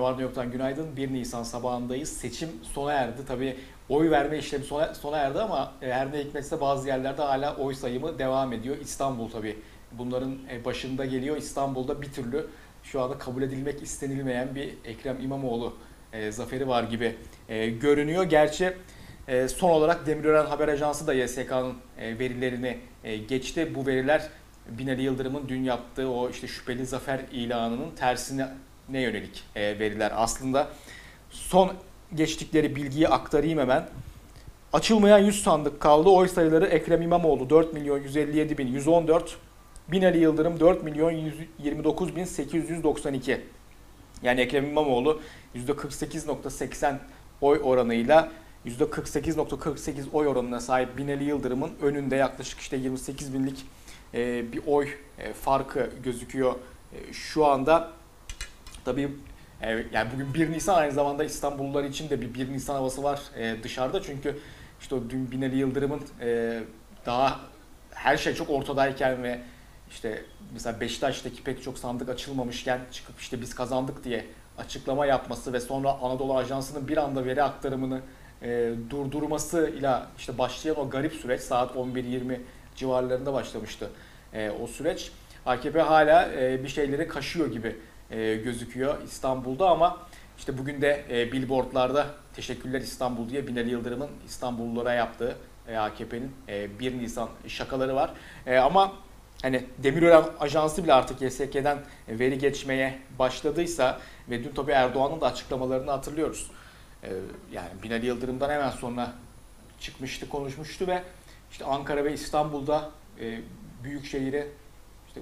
Ne var ne yoktan günaydın. 1 Nisan sabahındayız. Seçim sona erdi. Tabii oy verme işlemi sona erdi ama her ne hikmetse bazı yerlerde hala oy sayımı devam ediyor. İstanbul tabii bunların başında geliyor. İstanbul'da bir türlü şu anda kabul edilmek istenilmeyen bir Ekrem İmamoğlu zaferi var gibi görünüyor. Gerçi son olarak Demirören Haber Ajansı da YSK'nın verilerini geçti. Bu veriler Binali Yıldırım'ın dün yaptığı o işte şüpheli zafer ilanının tersine yönelik veriler. Aslında son geçtikleri bilgiyi aktarayım hemen. Açılmayan 100 sandık kaldı. Oy sayıları Ekrem İmamoğlu 4.157.114, Binali Yıldırım 4.129.892. Yani Ekrem İmamoğlu %48.80 oy oranıyla %48.48 oy oranına sahip Binali Yıldırım'ın önünde yaklaşık işte 28 binlik bir oy farkı gözüküyor şu anda. Tabii yani bugün 1 Nisan, aynı zamanda İstanbullular için de bir 1 Nisan havası var dışarıda. Çünkü işte o dün Binali Yıldırım'ın daha her şey çok ortadayken ve işte mesela Beşiktaş'taki pek çok sandık açılmamışken çıkıp işte biz kazandık diye açıklama yapması ve sonra Anadolu Ajansı'nın bir anda veri aktarımını durdurmasıyla işte başlayan o garip süreç saat 11:20 civarlarında başlamıştı o süreç. AKP hala bir şeyleri kaşıyor gibi gözüküyor İstanbul'da ama işte bugün de billboardlarda teşekkürler İstanbul diye Binali Yıldırım'ın İstanbullulara yaptığı AKP'nin 1 Nisan şakaları var. Ama hani Demirören Ajansı bile artık YSK'den veri geçmeye başladıysa ve dün tabii Erdoğan'ın da açıklamalarını hatırlıyoruz. Yani Binali Yıldırım'dan hemen sonra çıkmıştı, konuşmuştu ve işte Ankara ve İstanbul'da büyük şehire işte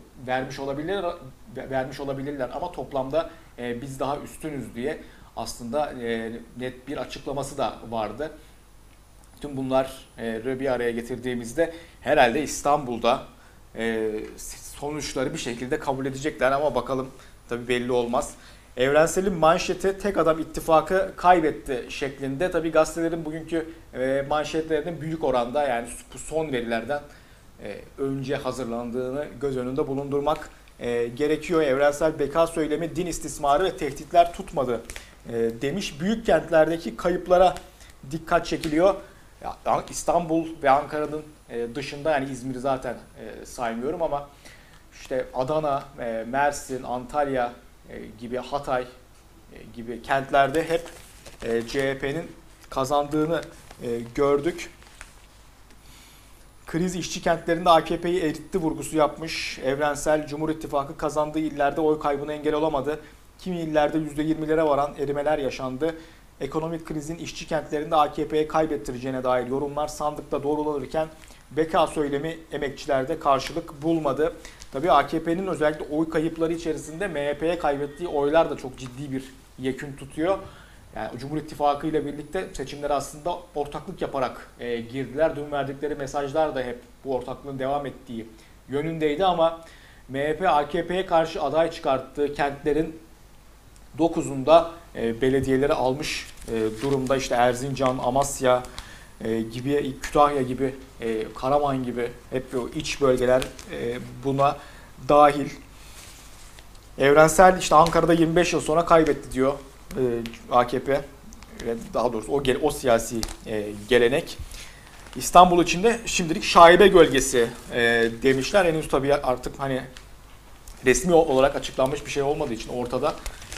vermiş olabilirler ama toplamda biz daha üstünüz diye aslında net bir açıklaması da vardı. Tüm bunları bir araya getirdiğimizde herhalde İstanbul'da sonuçları bir şekilde kabul edecekler ama bakalım, tabii belli olmaz. Evrensel'in manşeti tek adam ittifakı kaybetti şeklinde. Tabii gazetelerin bugünkü manşetlerinin büyük oranda yani bu son verilerden önce hazırlandığını göz önünde bulundurmak gerekiyor. Evrensel beka söylemi din istismarı ve tehditler tutmadı demiş. Büyük kentlerdeki kayıplara dikkat çekiliyor. İstanbul ve Ankara'nın dışında, yani İzmir'i zaten saymıyorum ama işte Adana, Mersin, Antalya gibi, Hatay gibi kentlerde hep CHP'nin kazandığını gördük. Kriz işçi kentlerinde AKP'yi eritti vurgusu yapmış. Evrensel, Cumhur İttifakı kazandığı illerde oy kaybına engel olamadı. Kimi illerde %20'lere varan erimeler yaşandı. Ekonomik krizin işçi kentlerinde AKP'ye kaybettireceğine dair yorumlar sandıkta doğrulanırken beka söylemi emekçilerde karşılık bulmadı. Tabii AKP'nin özellikle oy kayıpları içerisinde MHP'ye kaybettiği oylar da çok ciddi bir yekün tutuyor. Yani Cumhur İttifakı ile birlikte seçimlere aslında ortaklık yaparak girdiler. Dün verdikleri mesajlar da hep bu ortaklığın devam ettiği yönündeydi ama MHP AKP'ye karşı aday çıkarttığı kentlerin 9'unda belediyeleri almış durumda. İşte Erzincan, Amasya gibi, Kütahya gibi, Karaman gibi hep o iç bölgeler buna dahil. Evrensel işte Ankara'da 25 yıl sonra kaybetti diyor AKP. Daha doğrusu o siyasi gelenek. İstanbul için de şimdilik şaibe gölgesi demişler. Henüz tabii artık hani resmi olarak açıklanmış bir şey olmadığı için ortada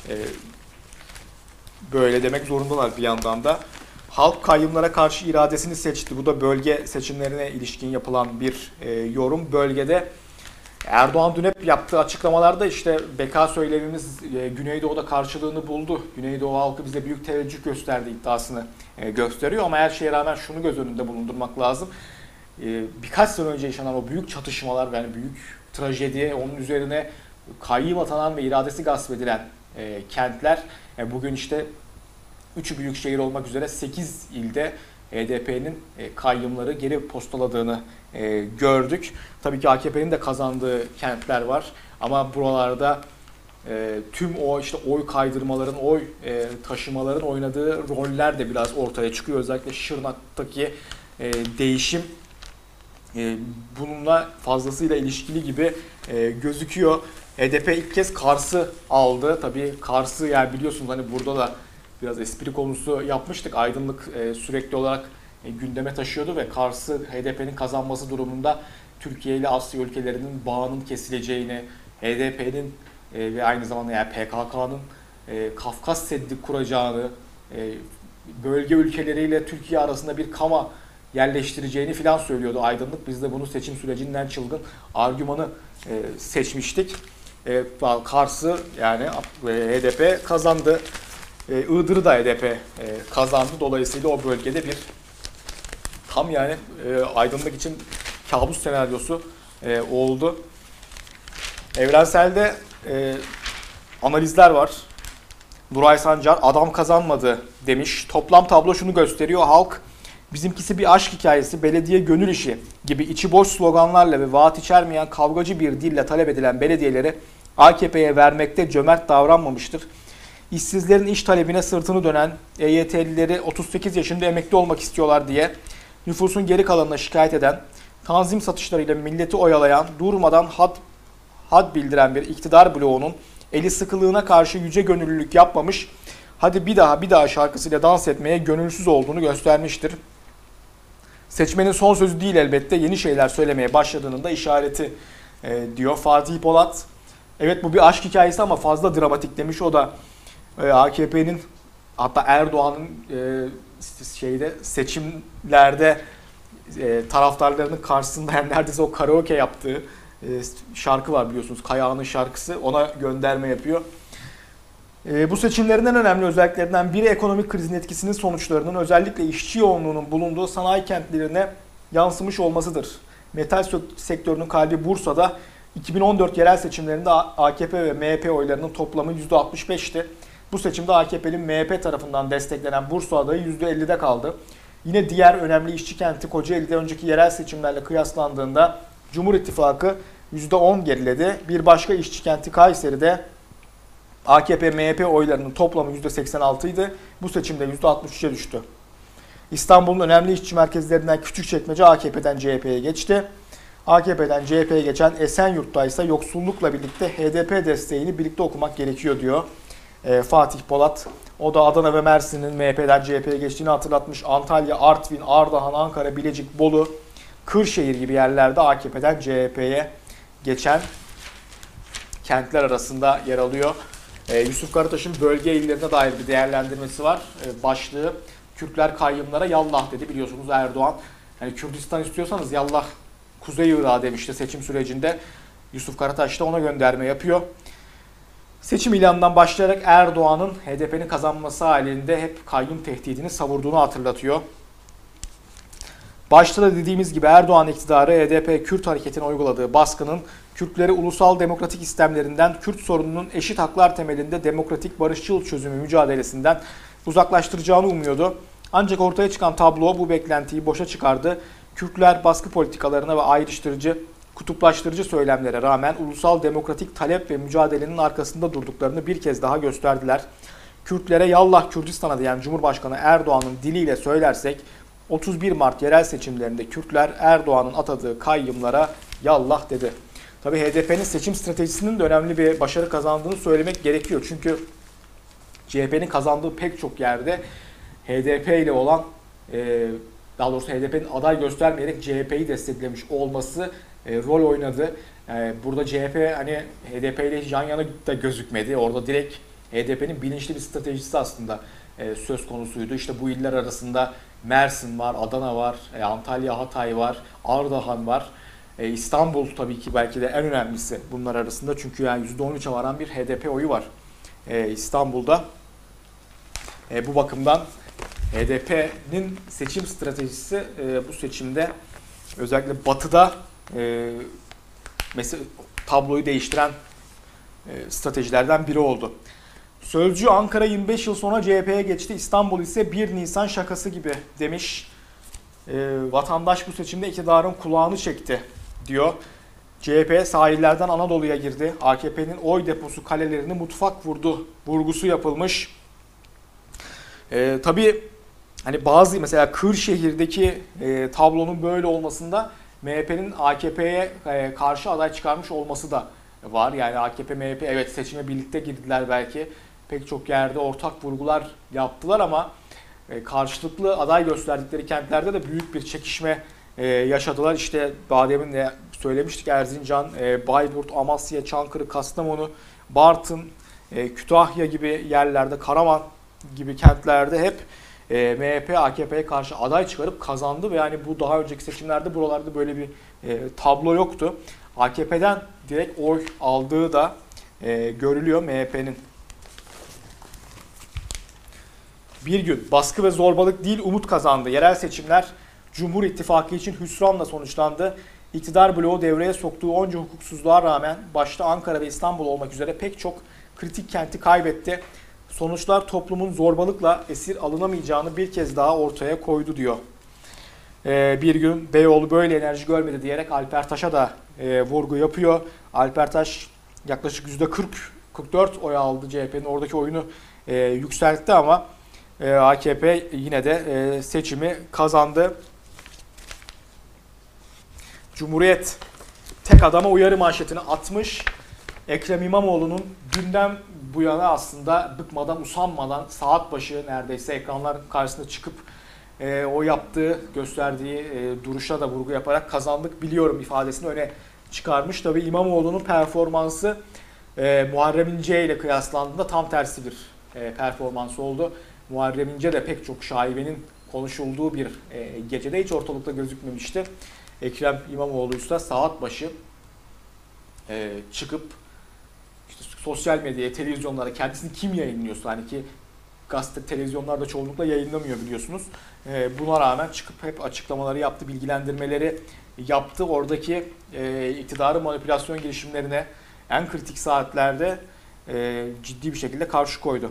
böyle demek zorundalar bir yandan da. Halk kayyumlara karşı iradesini seçti. Bu da bölge seçimlerine ilişkin yapılan bir yorum. Bölgede Erdoğan dün hep yaptığı açıklamalarda işte beka söylemimiz Güneydoğu'da karşılığını buldu. Güneydoğu halkı bize büyük teveccüh gösterdi iddiasını gösteriyor ama her şeye rağmen şunu göz önünde bulundurmak lazım. Birkaç sene önce yaşanan o büyük çatışmalar, yani büyük trajedi, onun üzerine kayyım atanan ve iradesi gasp edilen kentler bugün işte 3'ü büyük şehir olmak üzere 8 ilde HDP'nin kayyımları geri postaladığını gördük. Tabii ki AKP'nin de kazandığı kentler var ama buralarda tüm o işte oy kaydırmaların, oy taşımaların oynadığı roller de biraz ortaya çıkıyor. Özellikle Şırnak'taki değişim bununla fazlasıyla ilişkili gibi gözüküyor. HDP ilk kez Kars'ı aldı. Tabii Kars'ı yani biliyorsunuz hani burada da biraz espri konusu yapmıştık. Aydınlık sürekli olarak gündeme taşıyordu ve Kars'ı HDP'nin kazanması durumunda Türkiye ile Asya ülkelerinin bağının kesileceğini, HDP'nin ve aynı zamanda yani PKK'nın Kafkas Seddi kuracağını, bölge ülkeleriyle Türkiye arasında bir kama yerleştireceğini filan söylüyordu Aydınlık. Biz de bunu seçim sürecinden çılgın argümanı seçmiştik. Kars'ı yani HDP kazandı. Iğdır'ı da HDP kazandı. Dolayısıyla o bölgede bir tam yani Aydınlık için kabus senaryosu oldu. Evrensel'de analizler var. Nuray Sancar adam kazanmadı demiş. Toplam tablo şunu gösteriyor. Halk bizimkisi bir aşk hikayesi, belediye gönül işi gibi içi boş sloganlarla ve vaat içermeyen kavgacı bir dille talep edilen belediyeleri AKP'ye vermekte cömert davranmamıştır. İşsizlerin iş talebine sırtını dönen EYT'lileri 38 yaşında emekli olmak istiyorlar diye nüfusun geri kalanına şikayet eden, tanzim satışlarıyla milleti oyalayan, durmadan had bildiren bir iktidar bloğunun eli sıkılığına karşı yüce gönüllülük yapmamış, hadi bir daha şarkısıyla dans etmeye gönülsüz olduğunu göstermiştir. Seçmenin son sözü değil elbette, yeni şeyler söylemeye başladığının da işareti diyor Fatih Polat. Evet bu bir aşk hikayesi ama fazla dramatik demiş. O da AKP'nin hatta Erdoğan'ın seçimlerde taraftarlarının karşısında yani neredeyse o karaoke yaptığı şarkı var biliyorsunuz. Kayağı'nın şarkısı, ona gönderme yapıyor. Bu seçimlerin en önemli özelliklerinden biri ekonomik krizin etkisinin sonuçlarının özellikle işçi yoğunluğunun bulunduğu sanayi kentlerine yansımış olmasıdır. Metal sektörünün kalbi Bursa'da 2014 yerel seçimlerinde AKP ve MHP oylarının toplamı %65'ti. Bu seçimde AKP'nin MHP tarafından desteklenen Bursa adayı %50'de kaldı. Yine diğer önemli işçi kenti Kocaeli'de önceki yerel seçimlerle kıyaslandığında Cumhur İttifakı %10 geriledi. Bir başka işçi kenti Kayseri'de AKP-MHP oylarının toplamı %86 idi. Bu seçimde %63'e düştü. İstanbul'un önemli işçi merkezlerinden Küçükçekmece AKP'den CHP'ye geçti. AKP'den CHP'ye geçen Esenyurt'ta ise yoksullukla birlikte HDP desteğini birlikte okumak gerekiyor diyor Fatih Polat. O da Adana ve Mersin'in MHP'den CHP'ye geçtiğini hatırlatmış. Antalya, Artvin, Ardahan, Ankara, Bilecik, Bolu, Kırşehir gibi yerlerde AKP'den CHP'ye geçen kentler arasında yer alıyor. Yusuf Karataş'ın bölge illerine dair bir değerlendirmesi var. Başlığı Kürtler kayyımlara yallah dedi biliyorsunuz Erdoğan. Yani Kürdistan istiyorsanız yallah Kuzey Irak'a demişti seçim sürecinde. Yusuf Karataş da ona gönderme yapıyor. Seçim ilanından başlayarak Erdoğan'ın HDP'nin kazanması halinde hep kayyum tehdidini savurduğunu hatırlatıyor. Başta da dediğimiz gibi Erdoğan iktidarı HDP Kürt hareketine uyguladığı baskının Kürtleri ulusal demokratik istemlerinden Kürt sorununun eşit haklar temelinde demokratik barışçıl çözümü mücadelesinden uzaklaştıracağını umuyordu. Ancak ortaya çıkan tablo bu beklentiyi boşa çıkardı. Kürtler baskı politikalarına ve ayrıştırıcı, kutuplaştırıcı söylemlere rağmen ulusal demokratik talep ve mücadelenin arkasında durduklarını bir kez daha gösterdiler. Kürtlere yallah Kürdistan'a diyen Cumhurbaşkanı Erdoğan'ın diliyle söylersek 31 Mart yerel seçimlerinde Kürtler Erdoğan'ın atadığı kayyımlara yallah dedi. Tabii HDP'nin seçim stratejisinin de önemli bir başarı kazandığını söylemek gerekiyor. Çünkü CHP'nin kazandığı pek çok yerde HDP ile olan, daha doğrusu HDP'nin aday göstermeyerek CHP'yi desteklemiş olması rol oynadı. Burada CHP hani HDP ile yan yana da gözükmedi. Orada direkt HDP'nin bilinçli bir stratejisi aslında söz konusuydu. İşte bu iller arasında Mersin var, Adana var, Antalya, Hatay var, Ardahan var. İstanbul tabii ki belki de en önemlisi bunlar arasında. Çünkü yani %13'e varan bir HDP oyu var İstanbul'da. Bu bakımdan HDP'nin seçim stratejisi bu seçimde özellikle batıda mesela tabloyu değiştiren stratejilerden biri oldu. Sözcü Ankara 25 yıl sonra CHP'ye geçti. İstanbul ise 1 Nisan şakası gibi demiş. Vatandaş bu seçimde iktidarın kulağını çekti diyor. CHP sahillerden Anadolu'ya girdi. AKP'nin oy deposu kalelerini mutfak vurdu vurgusu yapılmış. Tabii hani bazı mesela Kırşehir'deki tablonun böyle olmasında MHP'nin AKP'ye karşı aday çıkarmış olması da var. Yani AKP, MHP evet seçime birlikte girdiler belki. Pek çok yerde ortak vurgular yaptılar ama karşılıklı aday gösterdikleri kentlerde de büyük bir çekişme yaşadılar. İşte daha demin de söylemiştik, Erzincan, Bayburt, Amasya, Çankırı, Kastamonu, Bartın, Kütahya gibi yerlerde, Karaman gibi kentlerde hep MHP AKP'ye karşı aday çıkarıp kazandı ve yani bu daha önceki seçimlerde buralarda böyle bir tablo yoktu. AKP'den direkt oy aldığı da görülüyor MHP'nin. Bir gün baskı ve zorbalık değil umut kazandı. Yerel seçimler Cumhur İttifakı için hüsranla sonuçlandı. İktidar bloğu devreye soktuğu onca hukuksuzluğa rağmen başta Ankara ve İstanbul olmak üzere pek çok kritik kenti kaybetti. Sonuçlar toplumun zorbalıkla esir alınamayacağını bir kez daha ortaya koydu diyor. Bir gün Beyoğlu böyle enerji görmedi diyerek Alper Taş'a da vurgu yapıyor. Alper Taş yaklaşık %40-44 oy aldı, CHP'nin oradaki oyunu yükseltti ama AKP yine de seçimi kazandı. Cumhuriyet tek adama uyarı manşetini atmış. Ekrem İmamoğlu'nun dünden bu yana aslında bıkmadan, usanmadan saat başı neredeyse ekranlar karşısına çıkıp o yaptığı, gösterdiği duruşa da vurgu yaparak kazandık biliyorum ifadesini öne çıkarmış. Tabii İmamoğlu'nun performansı Muharrem İnce ile kıyaslandığında tam tersi bir performans oldu. Muharrem İnce de pek çok şaibenin konuşulduğu bir gecede hiç ortalıkta gözükmemişti. Ekrem İmamoğlu ise saat başı çıkıp işte sosyal medyaya, televizyonlara kendisini kim yayınlıyorsa, hani ki gazete, televizyonlarda çoğunlukla yayınlamıyor biliyorsunuz. Buna rağmen çıkıp hep açıklamaları yaptı, bilgilendirmeleri yaptı. Oradaki iktidarı manipülasyon girişimlerine en kritik saatlerde ciddi bir şekilde karşı koydu.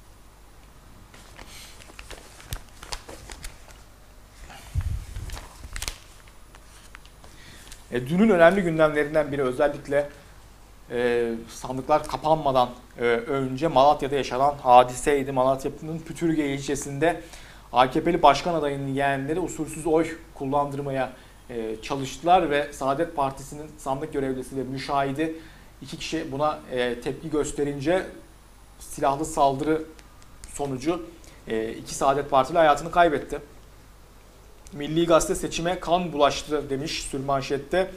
Dünün önemli gündemlerinden biri özellikle sandıklar kapanmadan önce Malatya'da yaşanan hadiseydi. Malatya'nın Pütürge ilçesinde AKP'li başkan adayının yeğenleri usulsüz oy kullandırmaya çalıştılar ve Saadet Partisi'nin sandık görevlisi ve müşahidi iki kişi buna tepki gösterince silahlı saldırı sonucu iki Saadet Partili hayatını kaybetti. Milli Gazete seçime kan bulaştı demiş sürmanşette.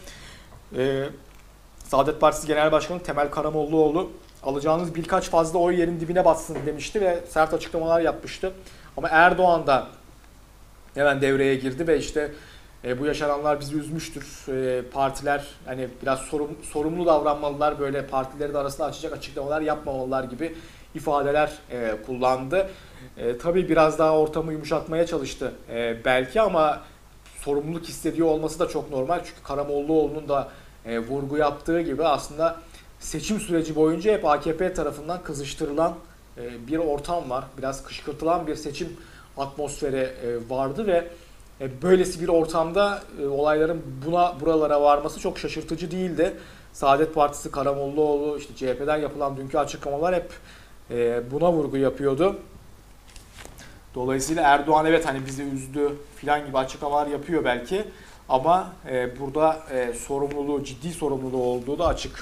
Saadet Partisi Genel Başkanı Temel Karamollaoğlu alacağınız birkaç fazla oy yerin dibine batsın demişti ve sert açıklamalar yapmıştı. Ama Erdoğan da hemen devreye girdi ve işte bu yaşananlar bizi üzmüştür. Partiler hani biraz sorumlu davranmalılar, böyle partileri de arasında açacak açıklamalar yapmamalılar gibi ifadeler kullandı. Tabii biraz daha ortamı yumuşatmaya çalıştı belki ama sorumluluk hissediyor olması da çok normal. Çünkü Karamollaoğlu'nun da vurgu yaptığı gibi aslında seçim süreci boyunca hep AKP tarafından kızıştırılan bir ortam var. Biraz kışkırtılan bir seçim atmosferi vardı ve böylesi bir ortamda olayların buralara varması çok şaşırtıcı değildi. Saadet Partisi, Karamollaoğlu, işte CHP'den yapılan dünkü açıklamalar hep buna vurgu yapıyordu. Dolayısıyla Erdoğan evet hani bizi üzdü filan gibi açıklamalar yapıyor belki ama burada ciddi sorumluluğu olduğu da açık.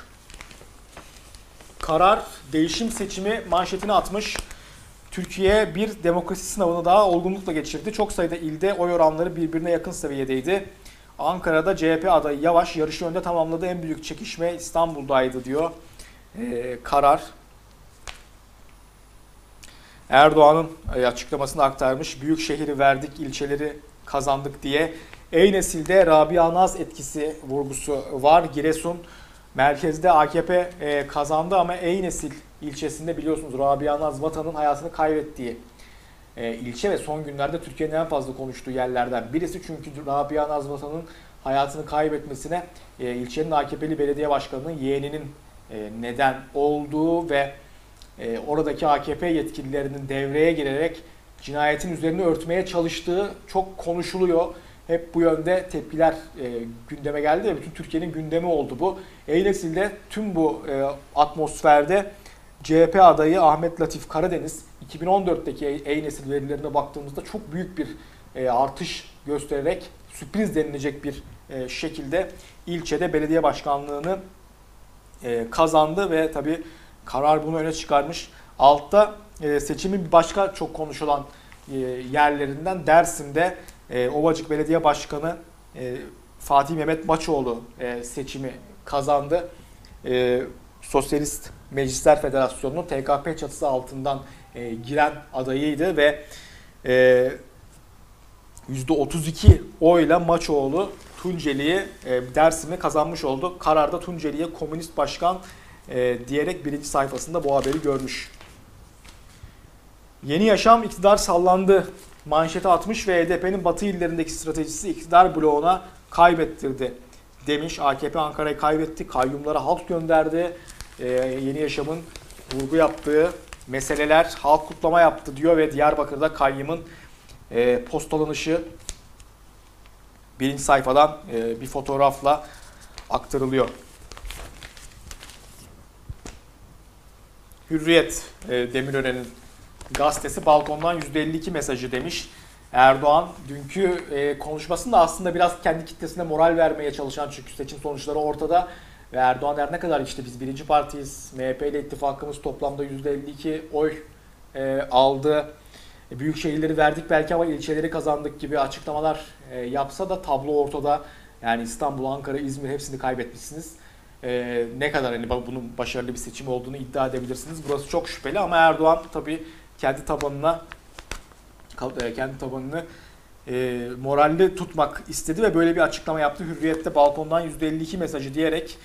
Karar değişim seçimi manşetini atmış. Türkiye bir demokrasi sınavını daha olgunlukla geçirdi. Çok sayıda ilde oy oranları birbirine yakın seviyedeydi. Ankara'da CHP adayı Yavaş yarışı önde tamamladı. En büyük çekişme İstanbul'daydı diyor Karar. Erdoğan'ın açıklamasını aktarmış. Büyük şehri verdik, ilçeleri kazandık diye. Eynesil'de Rabia Naz etkisi vurgusu var. Giresun merkezde AKP kazandı ama Eynesil ilçesinde biliyorsunuz Rabia Naz Vatan'ın hayatını kaybettiği ilçe ve son günlerde Türkiye'nin en fazla konuştuğu yerlerden birisi. Çünkü Rabia Naz Vatan'ın hayatını kaybetmesine ilçenin AKP'li belediye başkanının yeğeninin neden olduğu ve oradaki AKP yetkililerinin devreye girerek cinayetin üzerine örtmeye çalıştığı çok konuşuluyor. Hep bu yönde tepkiler gündeme geldi ve bütün Türkiye'nin gündemi oldu bu. Eynesil'de tüm bu atmosferde CHP adayı Ahmet Latif Karadeniz 2014'teki Eynesil verilerine baktığımızda çok büyük bir artış göstererek sürpriz denilecek bir şekilde ilçede belediye başkanlığını kazandı ve tabii karar bunu öne çıkarmış. Altta seçimin bir başka çok konuşulan yerlerinden Dersim'de Ovacık Belediye Başkanı Fatih Mehmet Maçoğlu seçimi kazandı. Sosyalist Meclisler Federasyonu'nun TKP çatısı altından giren adayıydı ve %32 oyla Maçoğlu Tunceli'yi, Dersim'i kazanmış oldu. Kararda Tunceli'ye komünist başkan diyerek birinci sayfasında bu haberi görmüş. Yeni Yaşam iktidar sallandı manşeti atmış ve HDP'nin batı illerindeki stratejisi iktidar bloğuna kaybettirdi demiş. AKP Ankara'yı kaybetti, kayyumlara halk gönderdi. Yeni Yaşam'ın vurgu yaptığı meseleler halk kutlama yaptı diyor ve Diyarbakır'da kayyımın postalanışı birinci sayfadan bir fotoğrafla aktarılıyor. Hürriyet, Demirören'in gazetesi balkondan %52 mesajı demiş. Erdoğan dünkü konuşmasında aslında biraz kendi kitlesine moral vermeye çalışan, çünkü seçim sonuçları ortada. Ve Erdoğan her ne kadar işte biz birinci partiyiz, MHP ile ittifakımız toplamda %52 oy aldı, büyük şehirleri verdik belki ama ilçeleri kazandık gibi açıklamalar yapsa da tablo ortada. Yani İstanbul, Ankara, İzmir hepsini kaybetmişsiniz. Ne kadar hani bunun başarılı bir seçim olduğunu iddia edebilirsiniz. Burası çok şüpheli ama Erdoğan tabii kendi tabanını moralli tutmak istedi ve böyle bir açıklama yaptı. Hürriyet'te balkondan %52 mesajı diyerek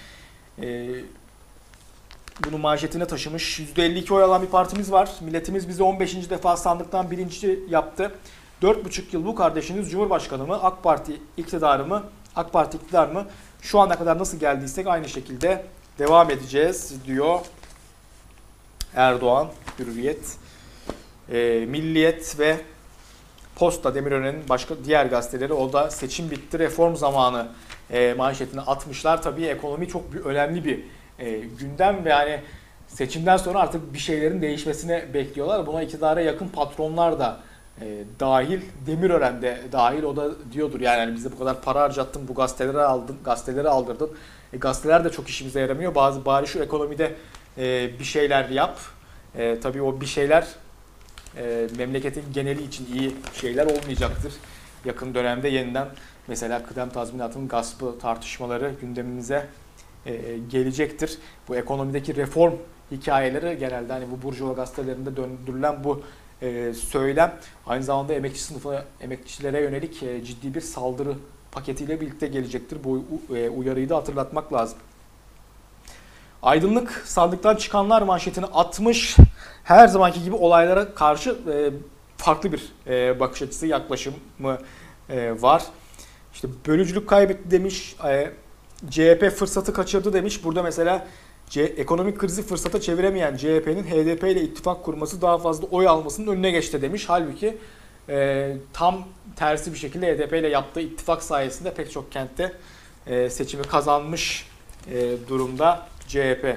bunu manşetine taşımış. %52 oy alan bir partimiz var. Milletimiz bizi 15. defa sandıktan birinci yaptı. 4,5 yıl bu kardeşiniz Cumhurbaşkanı mı, AK Parti iktidarı mı, AK Parti iktidar mı? Şu ana kadar nasıl geldiysek aynı şekilde devam edeceğiz diyor Erdoğan. Hürriyet, Milliyet ve Posta, Demirören'in başka diğer gazeteleri, o da seçim bitti, reform zamanı manşetini atmışlar. Tabii ekonomi çok önemli bir gündem ve yani seçimden sonra artık bir şeylerin değişmesini bekliyorlar. Buna iktidara yakın patronlar da dahil, Demirören de dahil. O da diyordur yani bize bu kadar para harcattın, bu gazeteleri aldırdın. Gazeteler de çok işimize yaramıyor. Bari şu ekonomide bir şeyler yap. Tabii o bir şeyler memleketin geneli için iyi şeyler olmayacaktır. Yakın dönemde yeniden mesela kıdem tazminatının gaspı tartışmaları gündemimize gelecektir. Bu ekonomideki reform hikayeleri genelde hani bu Burjuva gazetelerinde döndürülen bu söylem aynı zamanda emekçi sınıfı, emekçilere yönelik ciddi bir saldırı paketiyle birlikte gelecektir. Bu uyarıyı da hatırlatmak lazım. Aydınlık sandıktan çıkanlar manşetini atmış. Her zamanki gibi olaylara karşı farklı bir bakış açısı, yaklaşımı var. İşte bölücülük kaybetti demiş, CHP fırsatı kaçırdı demiş. Burada mesela ekonomik krizi fırsata çeviremeyen CHP'nin HDP ile ittifak kurması daha fazla oy almasının önüne geçti demiş. Halbuki tam tersi bir şekilde HDP ile yaptığı ittifak sayesinde pek çok kentte seçimi kazanmış durumda CHP.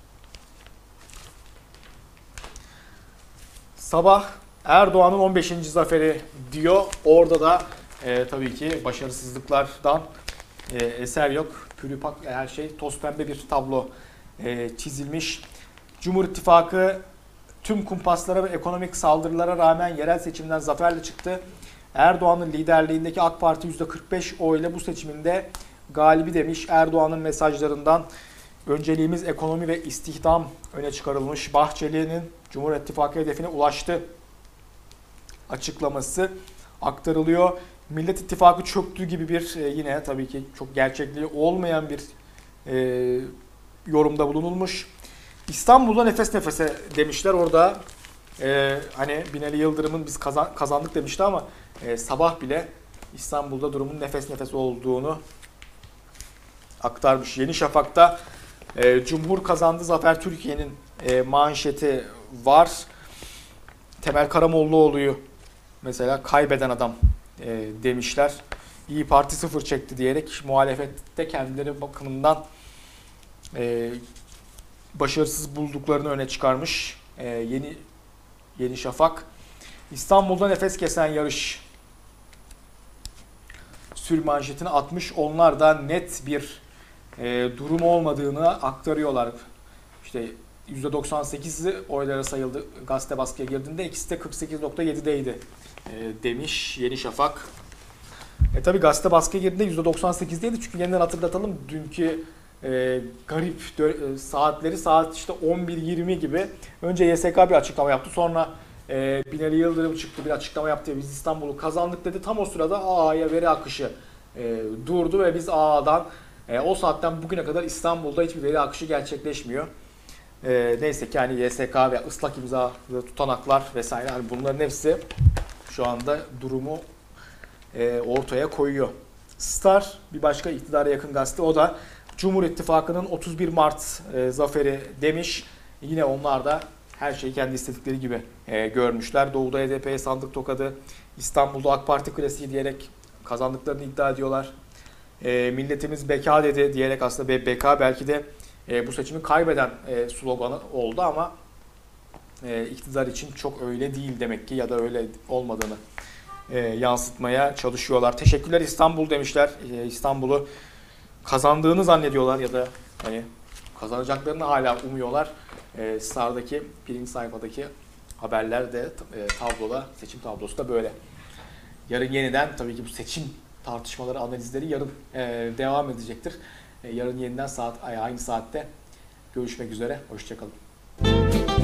Sabah Erdoğan'ın 15. zaferi diyor. Orada da tabii ki başarısızlıklardan eser yok. Pürüpak her şey toz pembe bir tablo çizilmiş. Cumhur İttifakı tüm kumpaslara ve ekonomik saldırılara rağmen yerel seçimden zaferle çıktı. Erdoğan'ın liderliğindeki AK Parti %45 oyla bu seçiminde galibi demiş. Erdoğan'ın mesajlarından önceliğimiz ekonomi ve istihdam öne çıkarılmış. Bahçeli'nin Cumhur İttifakı hedefine ulaştı açıklaması aktarılıyor. Millet İttifakı çöktü gibi bir yine tabii ki çok gerçekliği olmayan bir yorumda bulunulmuş. İstanbul'da nefes nefese demişler orada. Hani Binali Yıldırım'ın biz kazandık demişti ama sabah bile İstanbul'da durumun nefes nefese olduğunu aktarmış. Yeni Şafak'ta Cumhur kazandı, Zafer Türkiye'nin manşeti var. Temel Karamollaoğlu'yu mesela kaybeden adam demişler. İyi Parti sıfır çekti diyerek muhalefette kendileri bakımından başarısız bulduklarını öne çıkarmış. Yeni Şafak. İstanbul'da nefes kesen yarış sürmanşetini atmış. Onlar da net bir durumu olmadığını aktarıyorlar. İşte %98'i oylara sayıldı gazete baskıya girdiğinde, ikisi de 48.7'deydi demiş Yeni Şafak. Tabi gazete baskıya girdiğinde %98'deydi çünkü yeniden hatırlatalım dünkü garip saatleri, saat işte 11.20 gibi. Önce YSK bir açıklama yaptı, sonra Binali Yıldırım çıktı bir açıklama yaptı. Biz İstanbul'u kazandık dedi. Tam o sırada AA'ya veri akışı durdu ve biz AA'dan o saatten bugüne kadar İstanbul'da hiçbir veri akışı gerçekleşmiyor. Neyse ki hani YSK ve ıslak imza tutanaklar vesaire, hani bunların hepsi şu anda durumu ortaya koyuyor. Star bir başka iktidara yakın gazete, o da Cumhur İttifakı'nın 31 Mart zaferi demiş. Yine onlar da her şeyi kendi istedikleri gibi görmüşler. Doğu'da HDP'ye sandık tokadı, İstanbul'da AK Parti klasiği diyerek kazandıklarını iddia ediyorlar. Milletimiz beka dedi diyerek aslında beka belki de bu seçimi kaybeden sloganı oldu ama iktidar için çok öyle değil demek ki, ya da öyle olmadığını yansıtmaya çalışıyorlar. Teşekkürler İstanbul demişler. İstanbul'u kazandığını zannediyorlar ya da hani kazanacaklarını hala umuyorlar. Star'daki birinci sayfadaki haberler de tabloda, seçim tablosu da böyle. Yarın yeniden tabii ki bu seçim tartışmaları, analizleri yarın devam edecektir. Yarın yeniden aynı saatte görüşmek üzere. Hoşça kalın.